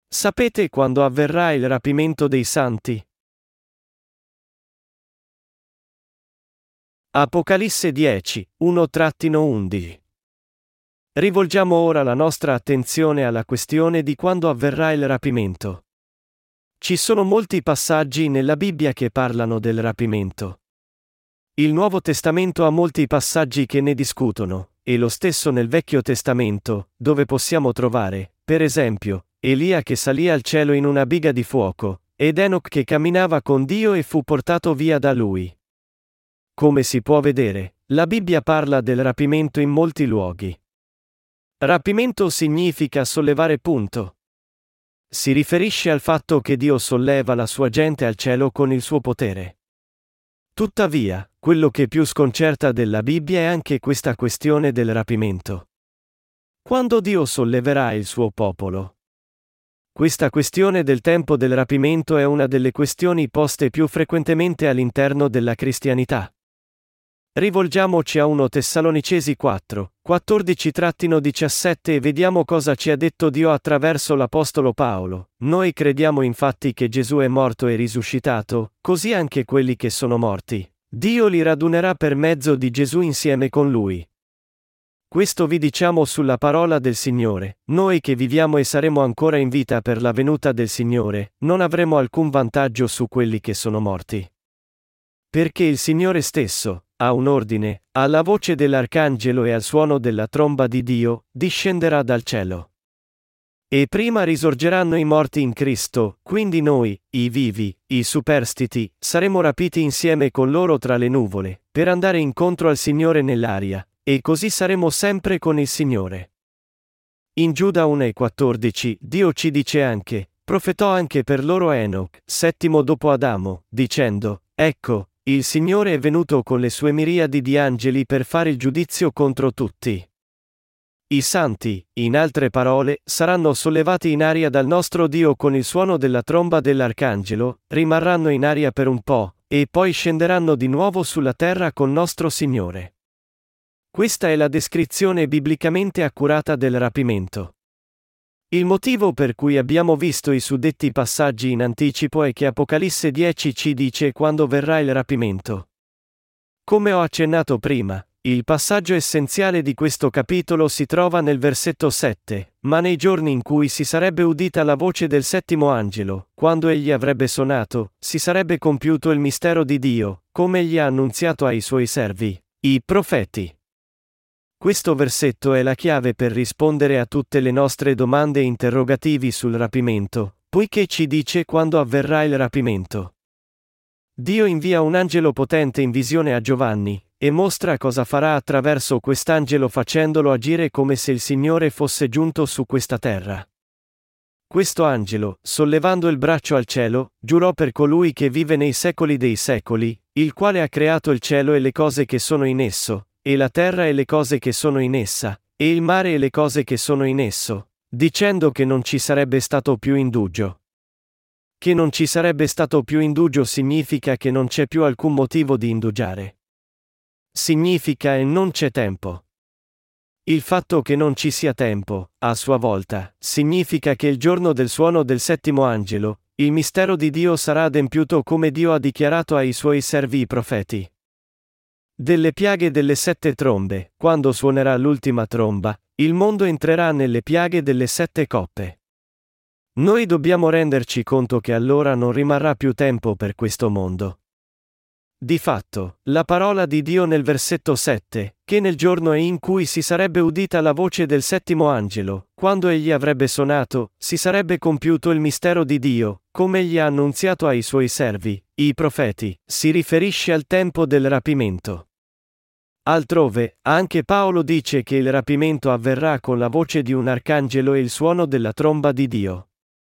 Sapete quando avverrà il rapimento dei santi? Apocalisse 10, 1-11. Rivolgiamo ora la nostra attenzione alla questione di quando avverrà il rapimento. Ci sono molti passaggi nella Bibbia che parlano del rapimento. Il Nuovo Testamento ha molti passaggi che ne discutono, e lo stesso nel Vecchio Testamento, dove possiamo trovare, per esempio, Elia che salì al cielo in una biga di fuoco, ed Enoch che camminava con Dio e fu portato via da lui. Come si può vedere, la Bibbia parla del rapimento in molti luoghi. Rapimento significa sollevare. Si riferisce al fatto che Dio solleva la sua gente al cielo con il suo potere. Tuttavia, quello che più sconcerta della Bibbia è anche questa questione del rapimento. Quando Dio solleverà il suo popolo? Questa questione del tempo del rapimento è una delle questioni poste più frequentemente all'interno della cristianità. Rivolgiamoci a 1 Tessalonicesi 4, 14-17 e vediamo cosa ci ha detto Dio attraverso l'Apostolo Paolo. Noi crediamo infatti che Gesù è morto e risuscitato, così anche quelli che sono morti, Dio li radunerà per mezzo di Gesù insieme con Lui. Questo vi diciamo sulla parola del Signore, noi che viviamo e saremo ancora in vita per la venuta del Signore, non avremo alcun vantaggio su quelli che sono morti. Perché il Signore stesso, a un ordine, alla voce dell'arcangelo e al suono della tromba di Dio, discenderà dal cielo. E prima risorgeranno i morti in Cristo, quindi noi, i vivi, i superstiti, saremo rapiti insieme con loro tra le nuvole, per andare incontro al Signore nell'aria, e così saremo sempre con il Signore. In Giuda 1:14, Dio ci dice anche, profetò anche per loro Enoch, settimo dopo Adamo, dicendo, ecco, il Signore è venuto con le sue miriadi di angeli per fare il giudizio contro tutti. I santi, in altre parole, saranno sollevati in aria dal nostro Dio con il suono della tromba dell'arcangelo, rimarranno in aria per un po', e poi scenderanno di nuovo sulla terra con nostro Signore. Questa è la descrizione biblicamente accurata del rapimento. Il motivo per cui abbiamo visto i suddetti passaggi in anticipo è che Apocalisse 10 ci dice quando verrà il rapimento. Come ho accennato prima, il passaggio essenziale di questo capitolo si trova nel versetto 7, ma nei giorni in cui si sarebbe udita la voce del settimo angelo, quando egli avrebbe suonato, si sarebbe compiuto il mistero di Dio, come egli ha annunziato ai suoi servi, i profeti. Questo versetto è la chiave per rispondere a tutte le nostre domande e interrogativi sul rapimento, poiché ci dice quando avverrà il rapimento. Dio invia un angelo potente in visione a Giovanni, e mostra cosa farà attraverso quest'angelo facendolo agire come se il Signore fosse giunto su questa terra. Questo angelo, sollevando il braccio al cielo, giurò per colui che vive nei secoli dei secoli, il quale ha creato il cielo e le cose che sono in esso, e la terra e le cose che sono in essa, e il mare e le cose che sono in esso, dicendo che non ci sarebbe stato più indugio. Che non ci sarebbe stato più indugio significa che non c'è più alcun motivo di indugiare. Significa e non c'è tempo. Il fatto che non ci sia tempo, a sua volta, significa che il giorno del suono del settimo angelo, il mistero di Dio sarà adempiuto come Dio ha dichiarato ai suoi servi i profeti. Delle piaghe delle 7 trombe, quando suonerà l'ultima tromba, il mondo entrerà nelle piaghe delle 7 coppe. Noi dobbiamo renderci conto che allora non rimarrà più tempo per questo mondo. Di fatto, la parola di Dio nel versetto 7, che nel giorno in cui si sarebbe udita la voce del settimo angelo, quando egli avrebbe suonato, si sarebbe compiuto il mistero di Dio, come egli ha annunziato ai suoi servi, i profeti, si riferisce al tempo del rapimento. Altrove, anche Paolo dice che il rapimento avverrà con la voce di un arcangelo e il suono della tromba di Dio.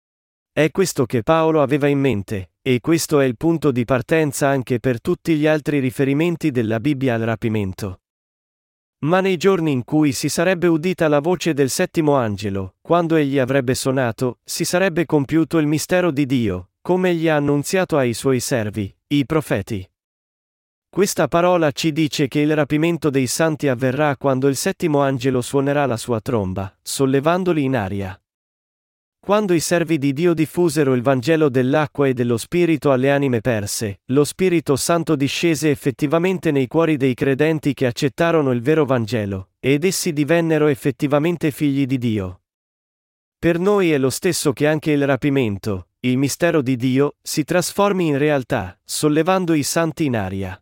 È questo che Paolo aveva in mente, e questo è il punto di partenza anche per tutti gli altri riferimenti della Bibbia al rapimento. Ma nei giorni in cui si sarebbe udita la voce del settimo angelo, quando egli avrebbe suonato, si sarebbe compiuto il mistero di Dio, come egli ha annunziato ai suoi servi, i profeti. Questa parola ci dice che il rapimento dei santi avverrà quando il settimo angelo suonerà la sua tromba, sollevandoli in aria. Quando i servi di Dio diffusero il Vangelo dell'acqua e dello Spirito alle anime perse, lo Spirito Santo discese effettivamente nei cuori dei credenti che accettarono il vero Vangelo, ed essi divennero effettivamente figli di Dio. Per noi è lo stesso che anche il rapimento, il mistero di Dio, si trasformi in realtà, sollevando i santi in aria.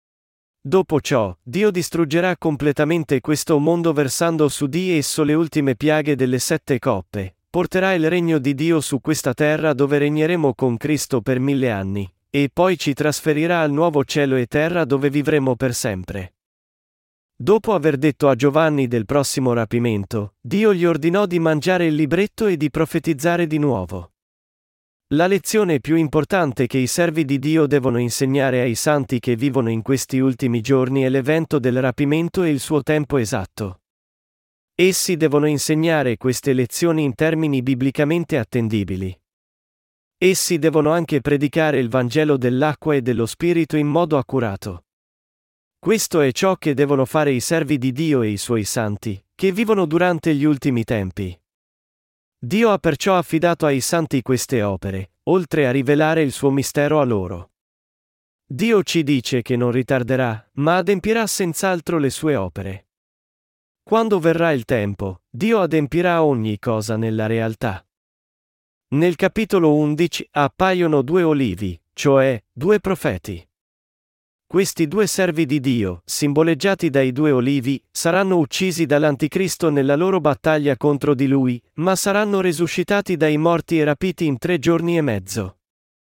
Dopo ciò, Dio distruggerà completamente questo mondo versando su di esso le ultime piaghe delle 7 coppe. Porterà il regno di Dio su questa terra dove regneremo con Cristo per 1000 anni, e poi ci trasferirà al nuovo cielo e terra dove vivremo per sempre. Dopo aver detto a Giovanni del prossimo rapimento, Dio gli ordinò di mangiare il libretto e di profetizzare di nuovo. La lezione più importante che i servi di Dio devono insegnare ai santi che vivono in questi ultimi giorni è l'evento del rapimento e il suo tempo esatto. Essi devono insegnare queste lezioni in termini biblicamente attendibili. Essi devono anche predicare il Vangelo dell'acqua e dello Spirito in modo accurato. Questo è ciò che devono fare i servi di Dio e i suoi santi, che vivono durante gli ultimi tempi. Dio ha perciò affidato ai santi queste opere, oltre a rivelare il suo mistero a loro. Dio ci dice che non ritarderà, ma adempirà senz'altro le sue opere. Quando verrà il tempo, Dio adempirà ogni cosa nella realtà. Nel capitolo 11 appaiono 2 olivi, cioè 2 profeti. Questi 2 servi di Dio, simboleggiati dai 2 olivi, saranno uccisi dall'Anticristo nella loro battaglia contro di lui, ma saranno resuscitati dai morti e rapiti in 3 giorni e mezzo.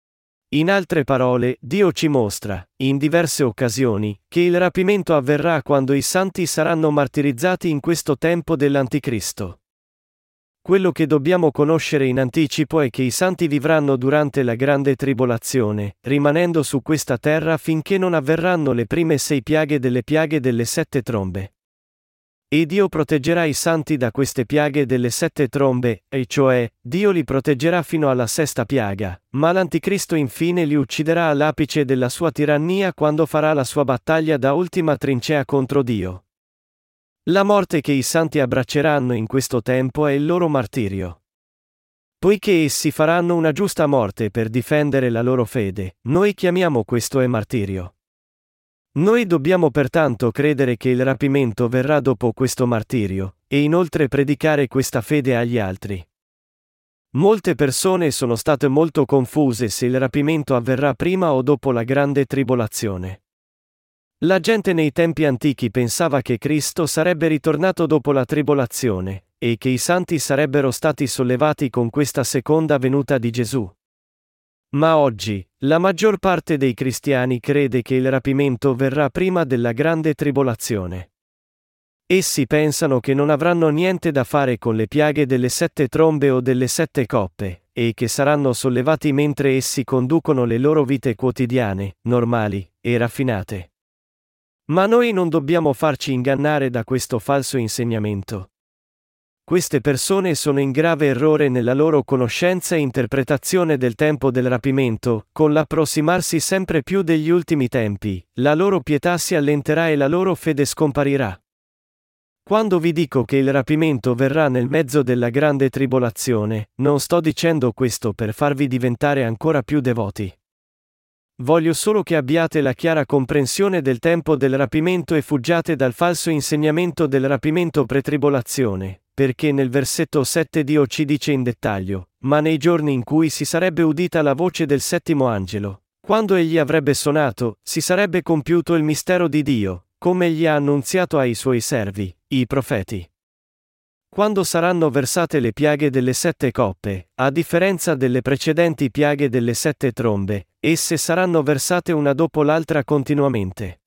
In altre parole, Dio ci mostra, in diverse occasioni, che il rapimento avverrà quando i santi saranno martirizzati in questo tempo dell'Anticristo. Quello che dobbiamo conoscere in anticipo è che i santi vivranno durante la grande tribolazione, rimanendo su questa terra finché non avverranno le prime 6 piaghe delle 7 trombe. E Dio proteggerà i santi da queste piaghe delle 7 trombe, e cioè, Dio li proteggerà fino alla 6ª piaga, ma l'Anticristo infine li ucciderà all'apice della sua tirannia quando farà la sua battaglia da ultima trincea contro Dio. La morte che i santi abbracceranno in questo tempo è il loro martirio. Poiché essi faranno una giusta morte per difendere la loro fede, noi chiamiamo questo martirio. Noi dobbiamo pertanto credere che il rapimento verrà dopo questo martirio, e inoltre predicare questa fede agli altri. Molte persone sono state molto confuse se il rapimento avverrà prima o dopo la grande tribolazione. La gente nei tempi antichi pensava che Cristo sarebbe ritornato dopo la tribolazione, e che i santi sarebbero stati sollevati con questa seconda venuta di Gesù. Ma oggi, la maggior parte dei cristiani crede che il rapimento verrà prima della grande tribolazione. Essi pensano che non avranno niente da fare con le piaghe delle 7 trombe o delle 7 coppe, e che saranno sollevati mentre essi conducono le loro vite quotidiane, normali e raffinate. Ma noi non dobbiamo farci ingannare da questo falso insegnamento. Queste persone sono in grave errore nella loro conoscenza e interpretazione del tempo del rapimento, con l'approssimarsi sempre più degli ultimi tempi, la loro pietà si allenterà e la loro fede scomparirà. Quando vi dico che il rapimento verrà nel mezzo della grande tribolazione, non sto dicendo questo per farvi diventare ancora più devoti. Voglio solo che abbiate la chiara comprensione del tempo del rapimento e fuggiate dal falso insegnamento del rapimento pre-tribolazione. Perché nel versetto 7 Dio ci dice in dettaglio, ma nei giorni in cui si sarebbe udita la voce del 7° angelo, quando egli avrebbe suonato, si sarebbe compiuto il mistero di Dio, come egli ha annunziato ai suoi servi, i profeti. Quando saranno versate le piaghe delle 7 coppe, a differenza delle precedenti piaghe delle 7 trombe, esse saranno versate una dopo l'altra continuamente.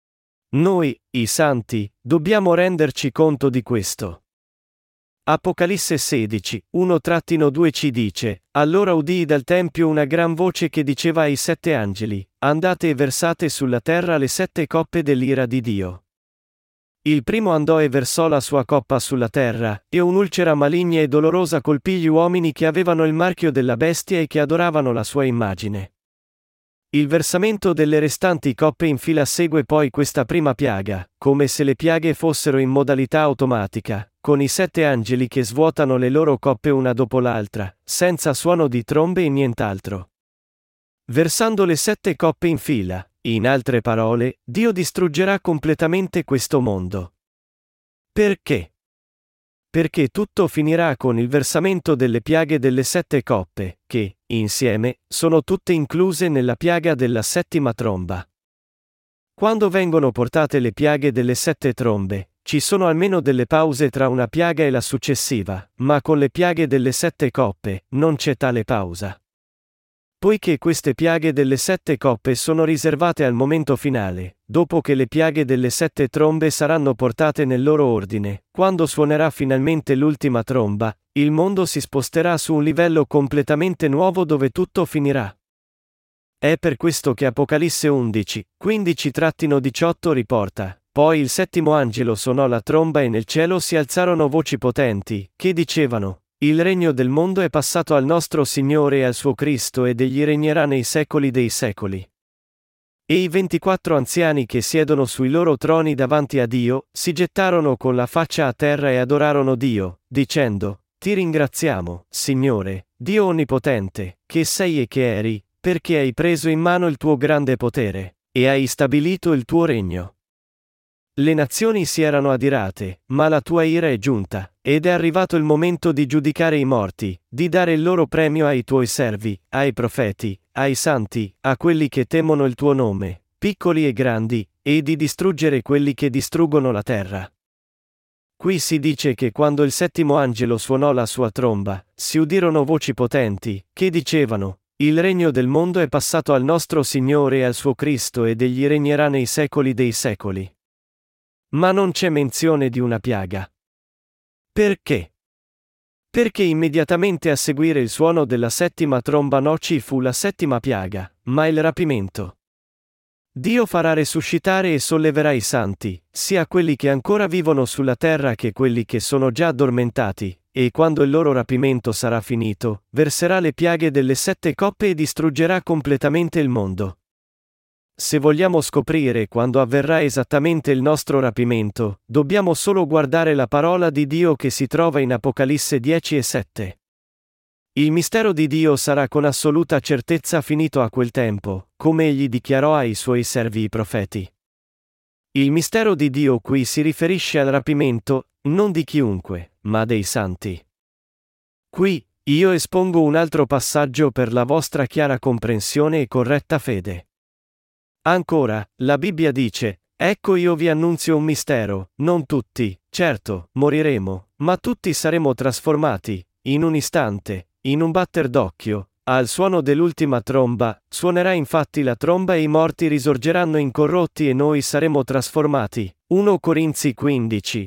Noi, i santi, dobbiamo renderci conto di questo. Apocalisse 16, 1-2 ci dice, allora udii dal tempio una gran voce che diceva ai 7 angeli, andate e versate sulla terra le 7 coppe dell'ira di Dio. Il primo andò e versò la sua coppa sulla terra, e un'ulcera maligna e dolorosa colpì gli uomini che avevano il marchio della bestia e che adoravano la sua immagine. Il versamento delle restanti coppe in fila segue poi questa prima piaga, come se le piaghe fossero in modalità automatica, con i 7 angeli che svuotano le loro coppe una dopo l'altra, senza suono di trombe e nient'altro. Versando le 7 coppe in fila, in altre parole, Dio distruggerà completamente questo mondo. Perché? Perché tutto finirà con il versamento delle piaghe delle 7 coppe, che, insieme, sono tutte incluse nella piaga della 7ª tromba. Quando vengono portate le piaghe delle 7 trombe, ci sono almeno delle pause tra una piaga e la successiva, ma con le piaghe delle 7 coppe, non c'è tale pausa. Poiché queste piaghe delle 7 coppe sono riservate al momento finale, dopo che le piaghe delle 7 trombe saranno portate nel loro ordine, quando suonerà finalmente l'ultima tromba, il mondo si sposterà su un livello completamente nuovo dove tutto finirà. È per questo che Apocalisse 11, 15-18 riporta: poi il 7° angelo suonò la tromba e nel cielo si alzarono voci potenti, che dicevano: il regno del mondo è passato al nostro Signore e al suo Cristo ed egli regnerà nei secoli dei secoli. E i 24 anziani che siedono sui loro troni davanti a Dio, si gettarono con la faccia a terra e adorarono Dio, dicendo: ti ringraziamo, Signore, Dio onnipotente, che sei e che eri, perché hai preso in mano il tuo grande potere, e hai stabilito il tuo regno. Le nazioni si erano adirate, ma la tua ira è giunta, ed è arrivato il momento di giudicare i morti, di dare il loro premio ai tuoi servi, ai profeti, ai santi, a quelli che temono il tuo nome, piccoli e grandi, e di distruggere quelli che distruggono la terra. Qui si dice che quando il 7° angelo suonò la sua tromba, si udirono voci potenti, che dicevano: il regno del mondo è passato al nostro Signore e al suo Cristo ed egli regnerà nei secoli dei secoli. Ma non c'è menzione di una piaga. Perché? Perché immediatamente a seguire il suono della 7ª tromba non ci fu la 7ª piaga, ma il rapimento. Dio farà resuscitare e solleverà i santi, sia quelli che ancora vivono sulla terra che quelli che sono già addormentati, e quando il loro rapimento sarà finito, verserà le piaghe delle 7 coppe e distruggerà completamente il mondo. Se vogliamo scoprire quando avverrà esattamente il nostro rapimento, dobbiamo solo guardare la parola di Dio che si trova in Apocalisse 10:7. Il mistero di Dio sarà con assoluta certezza finito a quel tempo, come egli dichiarò ai suoi servi i profeti. Il mistero di Dio qui si riferisce al rapimento, non di chiunque, ma dei santi. Qui, io espongo un altro passaggio per la vostra chiara comprensione e corretta fede. Ancora, la Bibbia dice: ecco io vi annunzio un mistero, non tutti, certo, moriremo, ma tutti saremo trasformati, in un istante, in un batter d'occhio, al suono dell'ultima tromba. Suonerà infatti la tromba e i morti risorgeranno incorrotti e noi saremo trasformati. 1 Corinzi 15,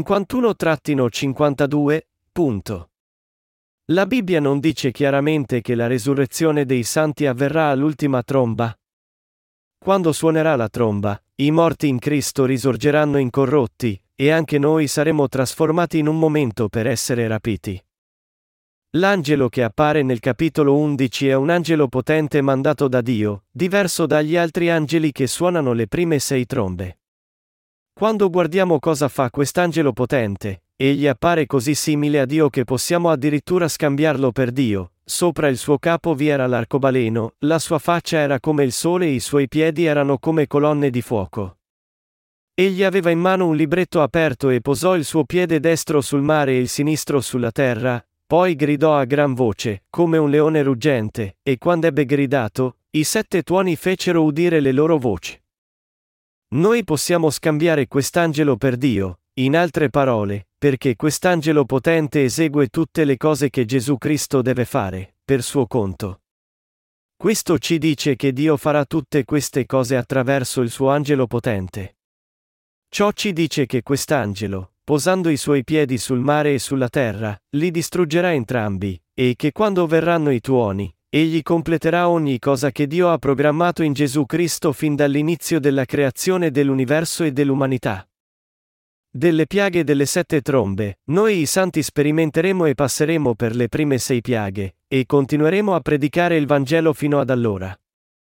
51-52, punto. La Bibbia non dice chiaramente che la resurrezione dei santi avverrà all'ultima tromba? Quando suonerà la tromba, i morti in Cristo risorgeranno incorrotti, e anche noi saremo trasformati in un momento per essere rapiti. L'angelo che appare nel capitolo 11 è un angelo potente mandato da Dio, diverso dagli altri angeli che suonano le prime 6 trombe. Quando guardiamo cosa fa quest'angelo potente, egli appare così simile a Dio che possiamo addirittura scambiarlo per Dio. Sopra il suo capo vi era l'arcobaleno, la sua faccia era come il sole e i suoi piedi erano come colonne di fuoco. Egli aveva in mano un libretto aperto e posò il suo piede destro sul mare e il sinistro sulla terra, poi gridò a gran voce, come un leone ruggente, e quando ebbe gridato, i 7 tuoni fecero udire le loro voci. Noi possiamo scambiare quest'angelo per Dio, in altre parole, perché quest'angelo potente esegue tutte le cose che Gesù Cristo deve fare, per suo conto. Questo ci dice che Dio farà tutte queste cose attraverso il suo angelo potente. Ciò ci dice che quest'angelo, posando i suoi piedi sul mare e sulla terra, li distruggerà entrambi, e che quando verranno i tuoni, egli completerà ogni cosa che Dio ha programmato in Gesù Cristo fin dall'inizio della creazione dell'universo e dell'umanità. Delle piaghe delle 7 trombe, noi i santi sperimenteremo e passeremo per le prime 6 piaghe, e continueremo a predicare il Vangelo fino ad allora.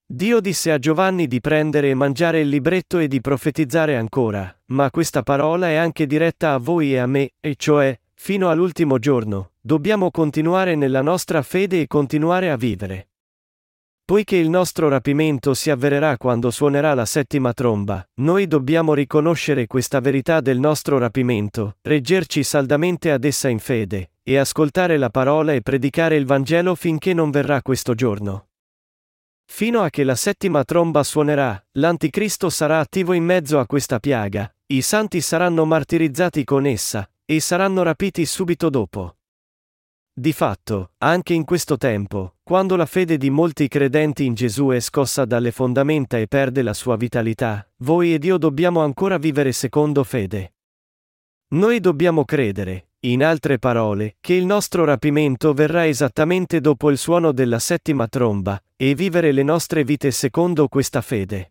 Dio disse a Giovanni di prendere e mangiare il libretto e di profetizzare ancora, ma questa parola è anche diretta a voi e a me, e cioè, fino all'ultimo giorno, dobbiamo continuare nella nostra fede e continuare a vivere. Poiché il nostro rapimento si avvererà quando suonerà la settima tromba, noi dobbiamo riconoscere questa verità del nostro rapimento, reggerci saldamente ad essa in fede, e ascoltare la parola e predicare il Vangelo finché non verrà questo giorno. Fino a che la settima tromba suonerà, l'Anticristo sarà attivo in mezzo a questa piaga, i santi saranno martirizzati con essa, e saranno rapiti subito dopo. Di fatto, anche in questo tempo, quando la fede di molti credenti in Gesù è scossa dalle fondamenta e perde la sua vitalità, voi ed io dobbiamo ancora vivere secondo fede. Noi dobbiamo credere, in altre parole, che il nostro rapimento verrà esattamente dopo il suono della settima tromba, e vivere le nostre vite secondo questa fede.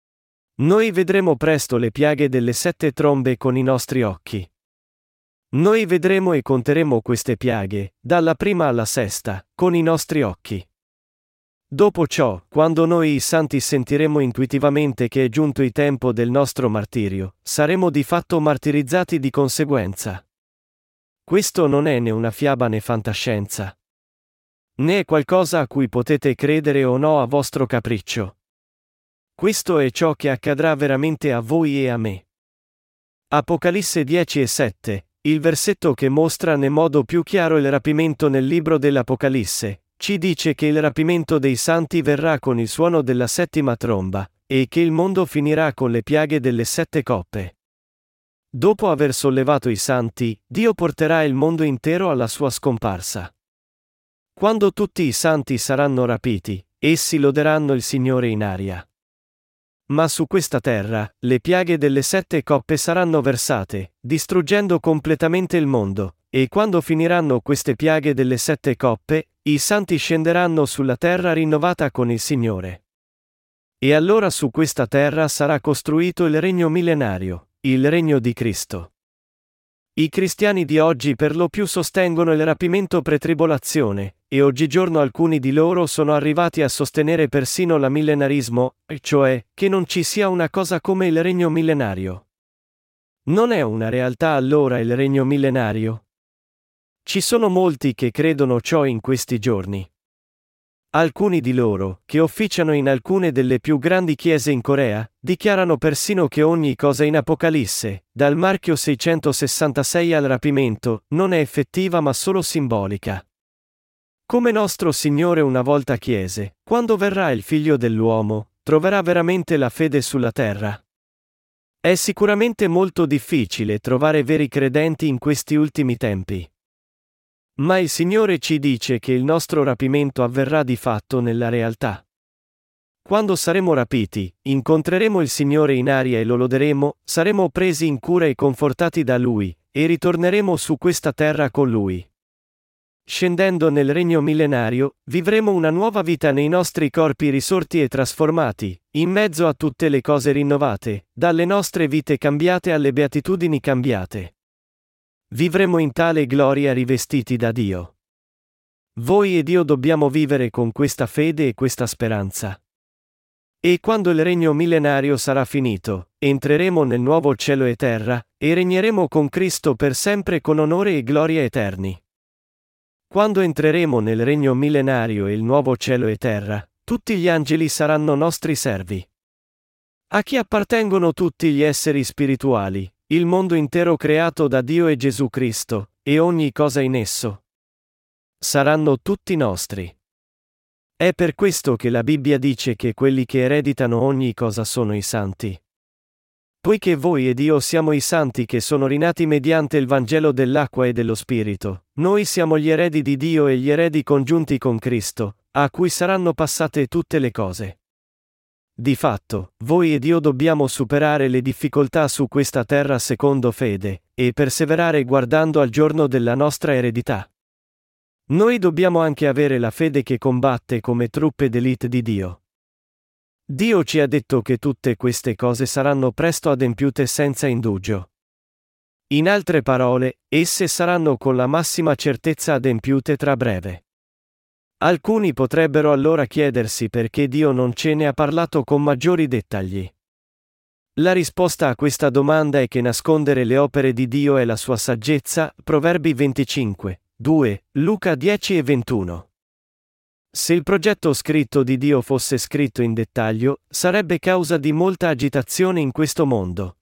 Noi vedremo presto le piaghe delle 7 trombe con i nostri occhi. Noi vedremo e conteremo queste piaghe, dalla prima alla sesta, con i nostri occhi. Dopo ciò, quando noi i santi sentiremo intuitivamente che è giunto il tempo del nostro martirio, saremo di fatto martirizzati di conseguenza. Questo non è né una fiaba né fantascienza. Né è qualcosa a cui potete credere o no a vostro capriccio. Questo è ciò che accadrà veramente a voi e a me. Apocalisse 10:7, il versetto che mostra nel modo più chiaro il rapimento nel libro dell'Apocalisse, ci dice che il rapimento dei santi verrà con il suono della settima tromba, e che il mondo finirà con le piaghe delle 7 coppe. Dopo aver sollevato i santi, Dio porterà il mondo intero alla sua scomparsa. Quando tutti i santi saranno rapiti, essi loderanno il Signore in aria. Ma su questa terra, le piaghe delle 7 coppe saranno versate, distruggendo completamente il mondo, e quando finiranno queste piaghe delle 7 coppe, i santi scenderanno sulla terra rinnovata con il Signore. E allora su questa terra sarà costruito il regno millenario, il regno di Cristo. I cristiani di oggi per lo più sostengono il rapimento pre-tribolazione, e oggigiorno alcuni di loro sono arrivati a sostenere persino l'amillenarismo, cioè, che non ci sia una cosa come il regno millenario. Non è una realtà allora il regno millenario? Ci sono molti che credono ciò in questi giorni. Alcuni di loro, che officiano in alcune delle più grandi chiese in Corea, dichiarano persino che ogni cosa in Apocalisse, dal marchio 666 al rapimento, non è effettiva ma solo simbolica. Come nostro Signore una volta chiese, quando verrà il Figlio dell'uomo, troverà veramente la fede sulla terra? È sicuramente molto difficile trovare veri credenti in questi ultimi tempi. Ma il Signore ci dice che il nostro rapimento avverrà di fatto nella realtà. Quando saremo rapiti, incontreremo il Signore in aria e lo loderemo, saremo presi in cura e confortati da Lui, e ritorneremo su questa terra con Lui. Scendendo nel regno millenario, vivremo una nuova vita nei nostri corpi risorti e trasformati, in mezzo a tutte le cose rinnovate, dalle nostre vite cambiate alle beatitudini cambiate. Vivremo in tale gloria rivestiti da Dio. Voi ed io dobbiamo vivere con questa fede e questa speranza. E quando il regno millenario sarà finito, entreremo nel nuovo cielo e terra, e regneremo con Cristo per sempre con onore e gloria eterni. Quando entreremo nel regno millenario e il nuovo cielo e terra, tutti gli angeli saranno nostri servi. A chi appartengono tutti gli esseri spirituali, il mondo intero creato da Dio e Gesù Cristo, e ogni cosa in esso? Saranno tutti nostri. È per questo che la Bibbia dice che quelli che ereditano ogni cosa sono i santi. Poiché voi ed io siamo i santi che sono rinati mediante il Vangelo dell'acqua e dello Spirito, noi siamo gli eredi di Dio e gli eredi congiunti con Cristo, a cui saranno passate tutte le cose. Di fatto, voi ed io dobbiamo superare le difficoltà su questa terra secondo fede, e perseverare guardando al giorno della nostra eredità. Noi dobbiamo anche avere la fede che combatte come truppe d'élite di Dio. Dio ci ha detto che tutte queste cose saranno presto adempiute senza indugio. In altre parole, esse saranno con la massima certezza adempiute tra breve. Alcuni potrebbero allora chiedersi perché Dio non ce ne ha parlato con maggiori dettagli. La risposta a questa domanda è che nascondere le opere di Dio è la sua saggezza, Proverbi 25, 2, Luca 10 e 21. Se il progetto scritto di Dio fosse scritto in dettaglio, sarebbe causa di molta agitazione in questo mondo.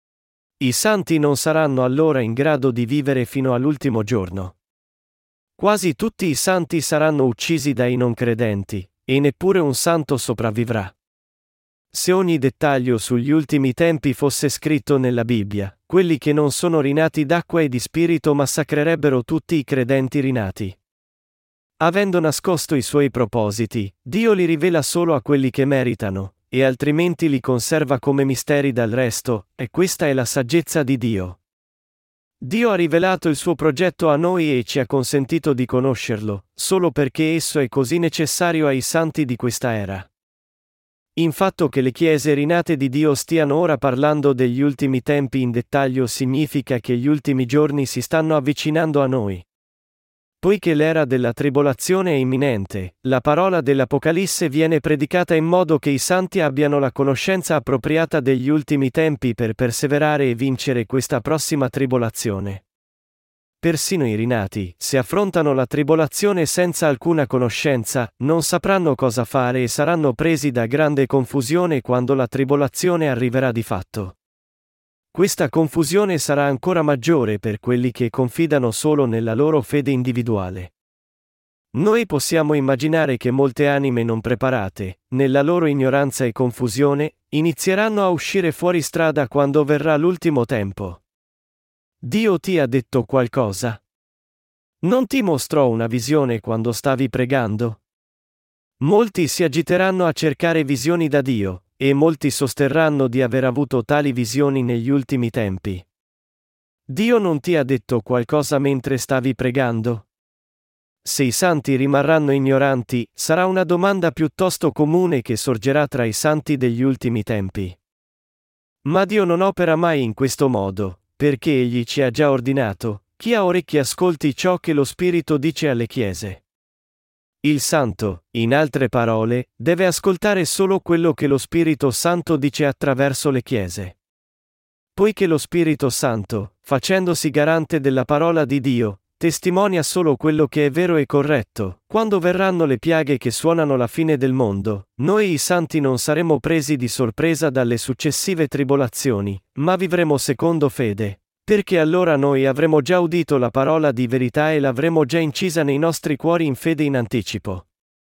I santi non saranno allora in grado di vivere fino all'ultimo giorno. Quasi tutti i santi saranno uccisi dai non credenti, e neppure un santo sopravvivrà. Se ogni dettaglio sugli ultimi tempi fosse scritto nella Bibbia, quelli che non sono rinati d'acqua e di spirito massacrerebbero tutti i credenti rinati. Avendo nascosto i suoi propositi, Dio li rivela solo a quelli che meritano, e altrimenti li conserva come misteri dal resto, e questa è la saggezza di Dio. Dio ha rivelato il suo progetto a noi e ci ha consentito di conoscerlo, solo perché esso è così necessario ai santi di questa era. Il fatto che le chiese rinate di Dio stiano ora parlando degli ultimi tempi in dettaglio significa che gli ultimi giorni si stanno avvicinando a noi. Poiché l'era della tribolazione è imminente, la parola dell'Apocalisse viene predicata in modo che i santi abbiano la conoscenza appropriata degli ultimi tempi per perseverare e vincere questa prossima tribolazione. Persino i rinati, se affrontano la tribolazione senza alcuna conoscenza, non sapranno cosa fare e saranno presi da grande confusione quando la tribolazione arriverà di fatto. Questa confusione sarà ancora maggiore per quelli che confidano solo nella loro fede individuale. Noi possiamo immaginare che molte anime non preparate, nella loro ignoranza e confusione, inizieranno a uscire fuori strada quando verrà l'ultimo tempo. Dio ti ha detto qualcosa? Non ti mostrò una visione quando stavi pregando? Molti si agiteranno a cercare visioni da Dio, e molti sosterranno di aver avuto tali visioni negli ultimi tempi. Dio non ti ha detto qualcosa mentre stavi pregando? Se i santi rimarranno ignoranti, sarà una domanda piuttosto comune che sorgerà tra i santi degli ultimi tempi. Ma Dio non opera mai in questo modo, perché Egli ci ha già ordinato: chi ha orecchi ascolti ciò che lo Spirito dice alle chiese. Il santo, in altre parole, deve ascoltare solo quello che lo Spirito Santo dice attraverso le chiese. Poiché lo Spirito Santo, facendosi garante della parola di Dio, testimonia solo quello che è vero e corretto, quando verranno le piaghe che suonano la fine del mondo, noi i santi non saremo presi di sorpresa dalle successive tribolazioni, ma vivremo secondo fede. Perché allora noi avremo già udito la parola di verità e l'avremo già incisa nei nostri cuori in fede in anticipo.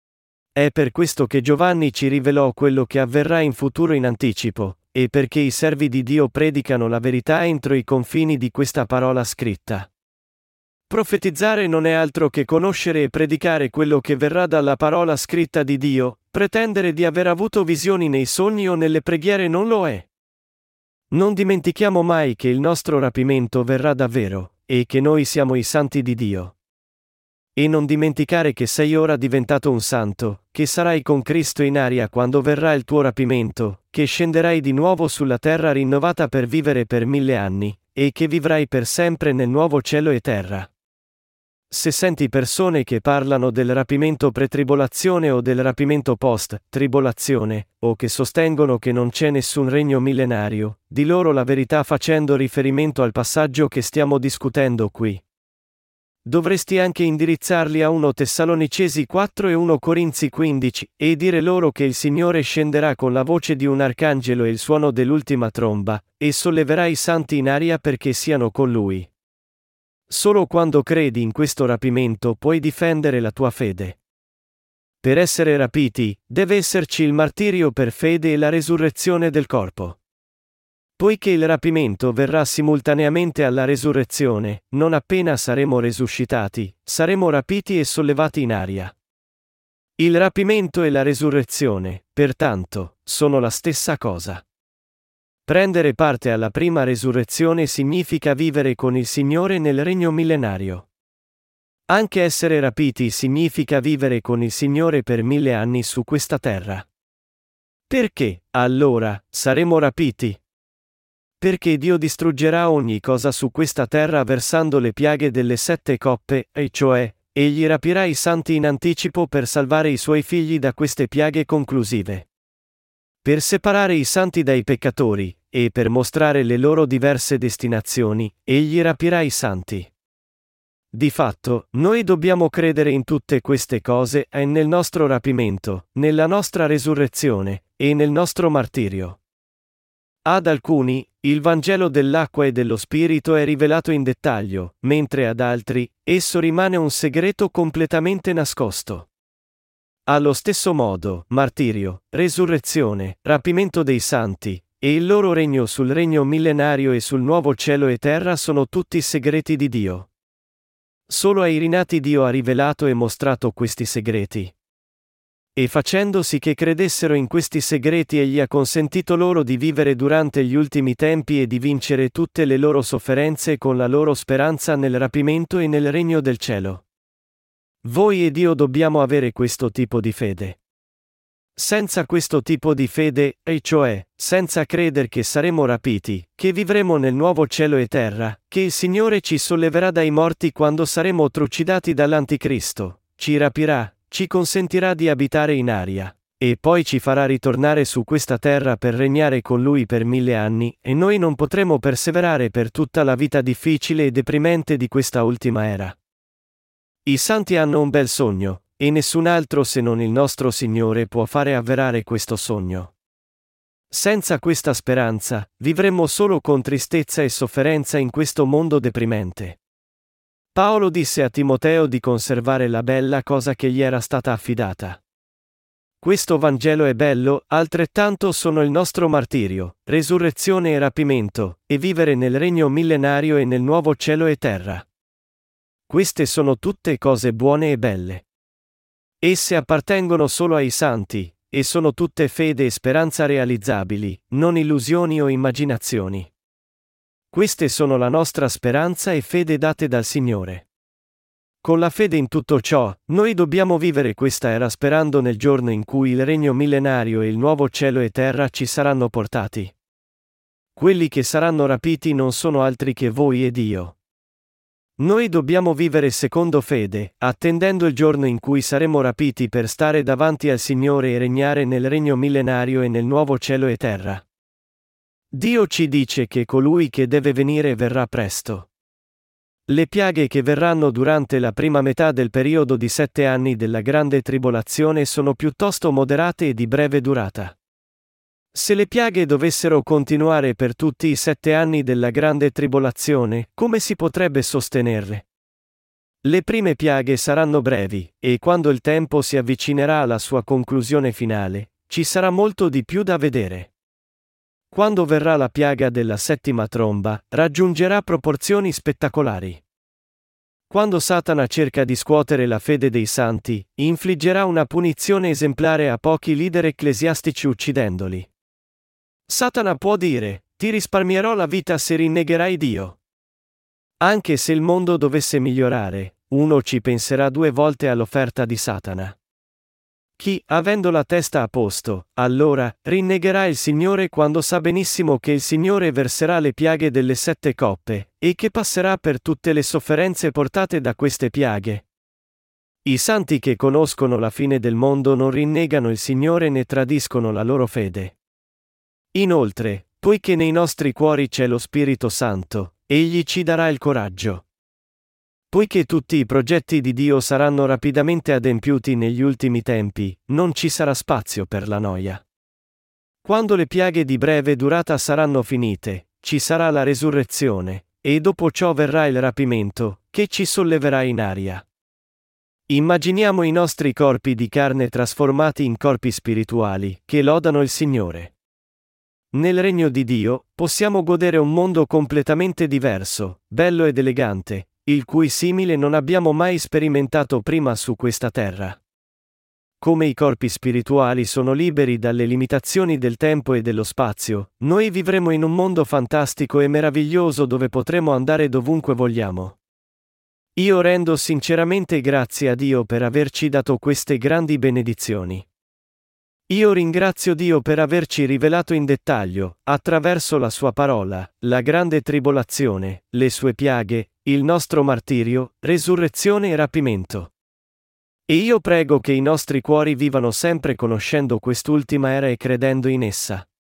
È per questo che Giovanni ci rivelò quello che avverrà in futuro in anticipo, e perché i servi di Dio predicano la verità entro i confini di questa parola scritta. Profetizzare non è altro che conoscere e predicare quello che verrà dalla parola scritta di Dio. Pretendere di aver avuto visioni nei sogni o nelle preghiere non lo è. Non dimentichiamo mai che il nostro rapimento verrà davvero, e che noi siamo i santi di Dio. E non dimenticare che sei ora diventato un santo, che sarai con Cristo in aria quando verrà il tuo rapimento, che scenderai di nuovo sulla terra rinnovata per vivere per 1000 anni, e che vivrai per sempre nel nuovo cielo e terra. Se senti persone che parlano del rapimento pre-tribolazione o del rapimento post-tribolazione, o che sostengono che non c'è nessun regno millenario, di loro la verità facendo riferimento al passaggio che stiamo discutendo qui. Dovresti anche indirizzarli a 1 Tessalonicesi 4 e 1 Corinzi 15, e dire loro che il Signore scenderà con la voce di un arcangelo e il suono dell'ultima tromba, e solleverà i santi in aria perché siano con Lui. Solo quando credi in questo rapimento puoi difendere la tua fede. Per essere rapiti, deve esserci il martirio per fede e la resurrezione del corpo. Poiché il rapimento verrà simultaneamente alla resurrezione, non appena saremo resuscitati, saremo rapiti e sollevati in aria. Il rapimento e la resurrezione, pertanto, sono la stessa cosa. Prendere parte alla prima resurrezione significa vivere con il Signore nel regno millenario. Anche essere rapiti significa vivere con il Signore per 1000 anni su questa terra. Perché, allora, saremo rapiti? Perché Dio distruggerà ogni cosa su questa terra versando le piaghe delle 7 coppe, e cioè, egli rapirà i santi in anticipo per salvare i suoi figli da queste piaghe conclusive. Per separare i santi dai peccatori, e per mostrare le loro diverse destinazioni, egli rapirà i santi. Di fatto, noi dobbiamo credere in tutte queste cose e nel nostro rapimento, nella nostra resurrezione, e nel nostro martirio. Ad alcuni, il Vangelo dell'acqua e dello Spirito è rivelato in dettaglio, mentre ad altri, esso rimane un segreto completamente nascosto. Allo stesso modo, martirio, resurrezione, rapimento dei santi, e il loro regno sul regno millenario e sul nuovo cielo e terra sono tutti segreti di Dio. Solo ai rinati Dio ha rivelato e mostrato questi segreti. E facendo sì che credessero in questi segreti egli ha consentito loro di vivere durante gli ultimi tempi e di vincere tutte le loro sofferenze con la loro speranza nel rapimento e nel regno del cielo. Voi ed io dobbiamo avere questo tipo di fede. Senza questo tipo di fede, e cioè, senza credere che saremo rapiti, che vivremo nel nuovo cielo e terra, che il Signore ci solleverà dai morti quando saremo trucidati dall'Anticristo, ci rapirà, ci consentirà di abitare in aria, e poi ci farà ritornare su questa terra per regnare con Lui per 1000 anni, e noi non potremo perseverare per tutta la vita difficile e deprimente di questa ultima era. I santi hanno un bel sogno, e nessun altro se non il nostro Signore può fare avverare questo sogno. Senza questa speranza, vivremmo solo con tristezza e sofferenza in questo mondo deprimente. Paolo disse a Timoteo di conservare la bella cosa che gli era stata affidata. Questo Vangelo è bello, altrettanto sono il nostro martirio, resurrezione e rapimento, e vivere nel regno millenario e nel nuovo cielo e terra. Queste sono tutte cose buone e belle. Esse appartengono solo ai santi, e sono tutte fede e speranza realizzabili, non illusioni o immaginazioni. Queste sono la nostra speranza e fede date dal Signore. Con la fede in tutto ciò, noi dobbiamo vivere questa era sperando nel giorno in cui il regno millenario e il nuovo cielo e terra ci saranno portati. Quelli che saranno rapiti non sono altri che voi ed io. Noi dobbiamo vivere secondo fede, attendendo il giorno in cui saremo rapiti per stare davanti al Signore e regnare nel regno millenario e nel nuovo cielo e terra. Dio ci dice che colui che deve venire verrà presto. Le piaghe che verranno durante la prima metà del periodo di 7 anni della grande tribolazione sono piuttosto moderate e di breve durata. Se le piaghe dovessero continuare per tutti i 7 anni della grande tribolazione, come si potrebbe sostenerle? Le prime piaghe saranno brevi, e quando il tempo si avvicinerà alla sua conclusione finale, ci sarà molto di più da vedere. Quando verrà la piaga della settima tromba, raggiungerà proporzioni spettacolari. Quando Satana cerca di scuotere la fede dei santi, infliggerà una punizione esemplare a pochi leader ecclesiastici uccidendoli. Satana può dire: ti risparmierò la vita se rinnegherai Dio. Anche se il mondo dovesse migliorare, uno ci penserà 2 volte all'offerta di Satana. Chi, avendo la testa a posto, allora, rinnegherà il Signore quando sa benissimo che il Signore verserà le piaghe delle 7 coppe, e che passerà per tutte le sofferenze portate da queste piaghe. I santi che conoscono la fine del mondo non rinnegano il Signore né tradiscono la loro fede. Inoltre, poiché nei nostri cuori c'è lo Spirito Santo, Egli ci darà il coraggio. Poiché tutti i progetti di Dio saranno rapidamente adempiuti negli ultimi tempi, non ci sarà spazio per la noia. Quando le piaghe di breve durata saranno finite, ci sarà la resurrezione, e dopo ciò verrà il rapimento, che ci solleverà in aria. Immaginiamo i nostri corpi di carne trasformati in corpi spirituali, che lodano il Signore. Nel regno di Dio, possiamo godere un mondo completamente diverso, bello ed elegante, il cui simile non abbiamo mai sperimentato prima su questa terra. Come i corpi spirituali sono liberi dalle limitazioni del tempo e dello spazio, noi vivremo in un mondo fantastico e meraviglioso dove potremo andare dovunque vogliamo. Io rendo sinceramente grazie a Dio per averci dato queste grandi benedizioni. Io ringrazio Dio per averci rivelato in dettaglio, attraverso la sua parola, la grande tribolazione, le sue piaghe, il nostro martirio, resurrezione e rapimento. E io prego che i nostri cuori vivano sempre conoscendo quest'ultima era e credendo in essa.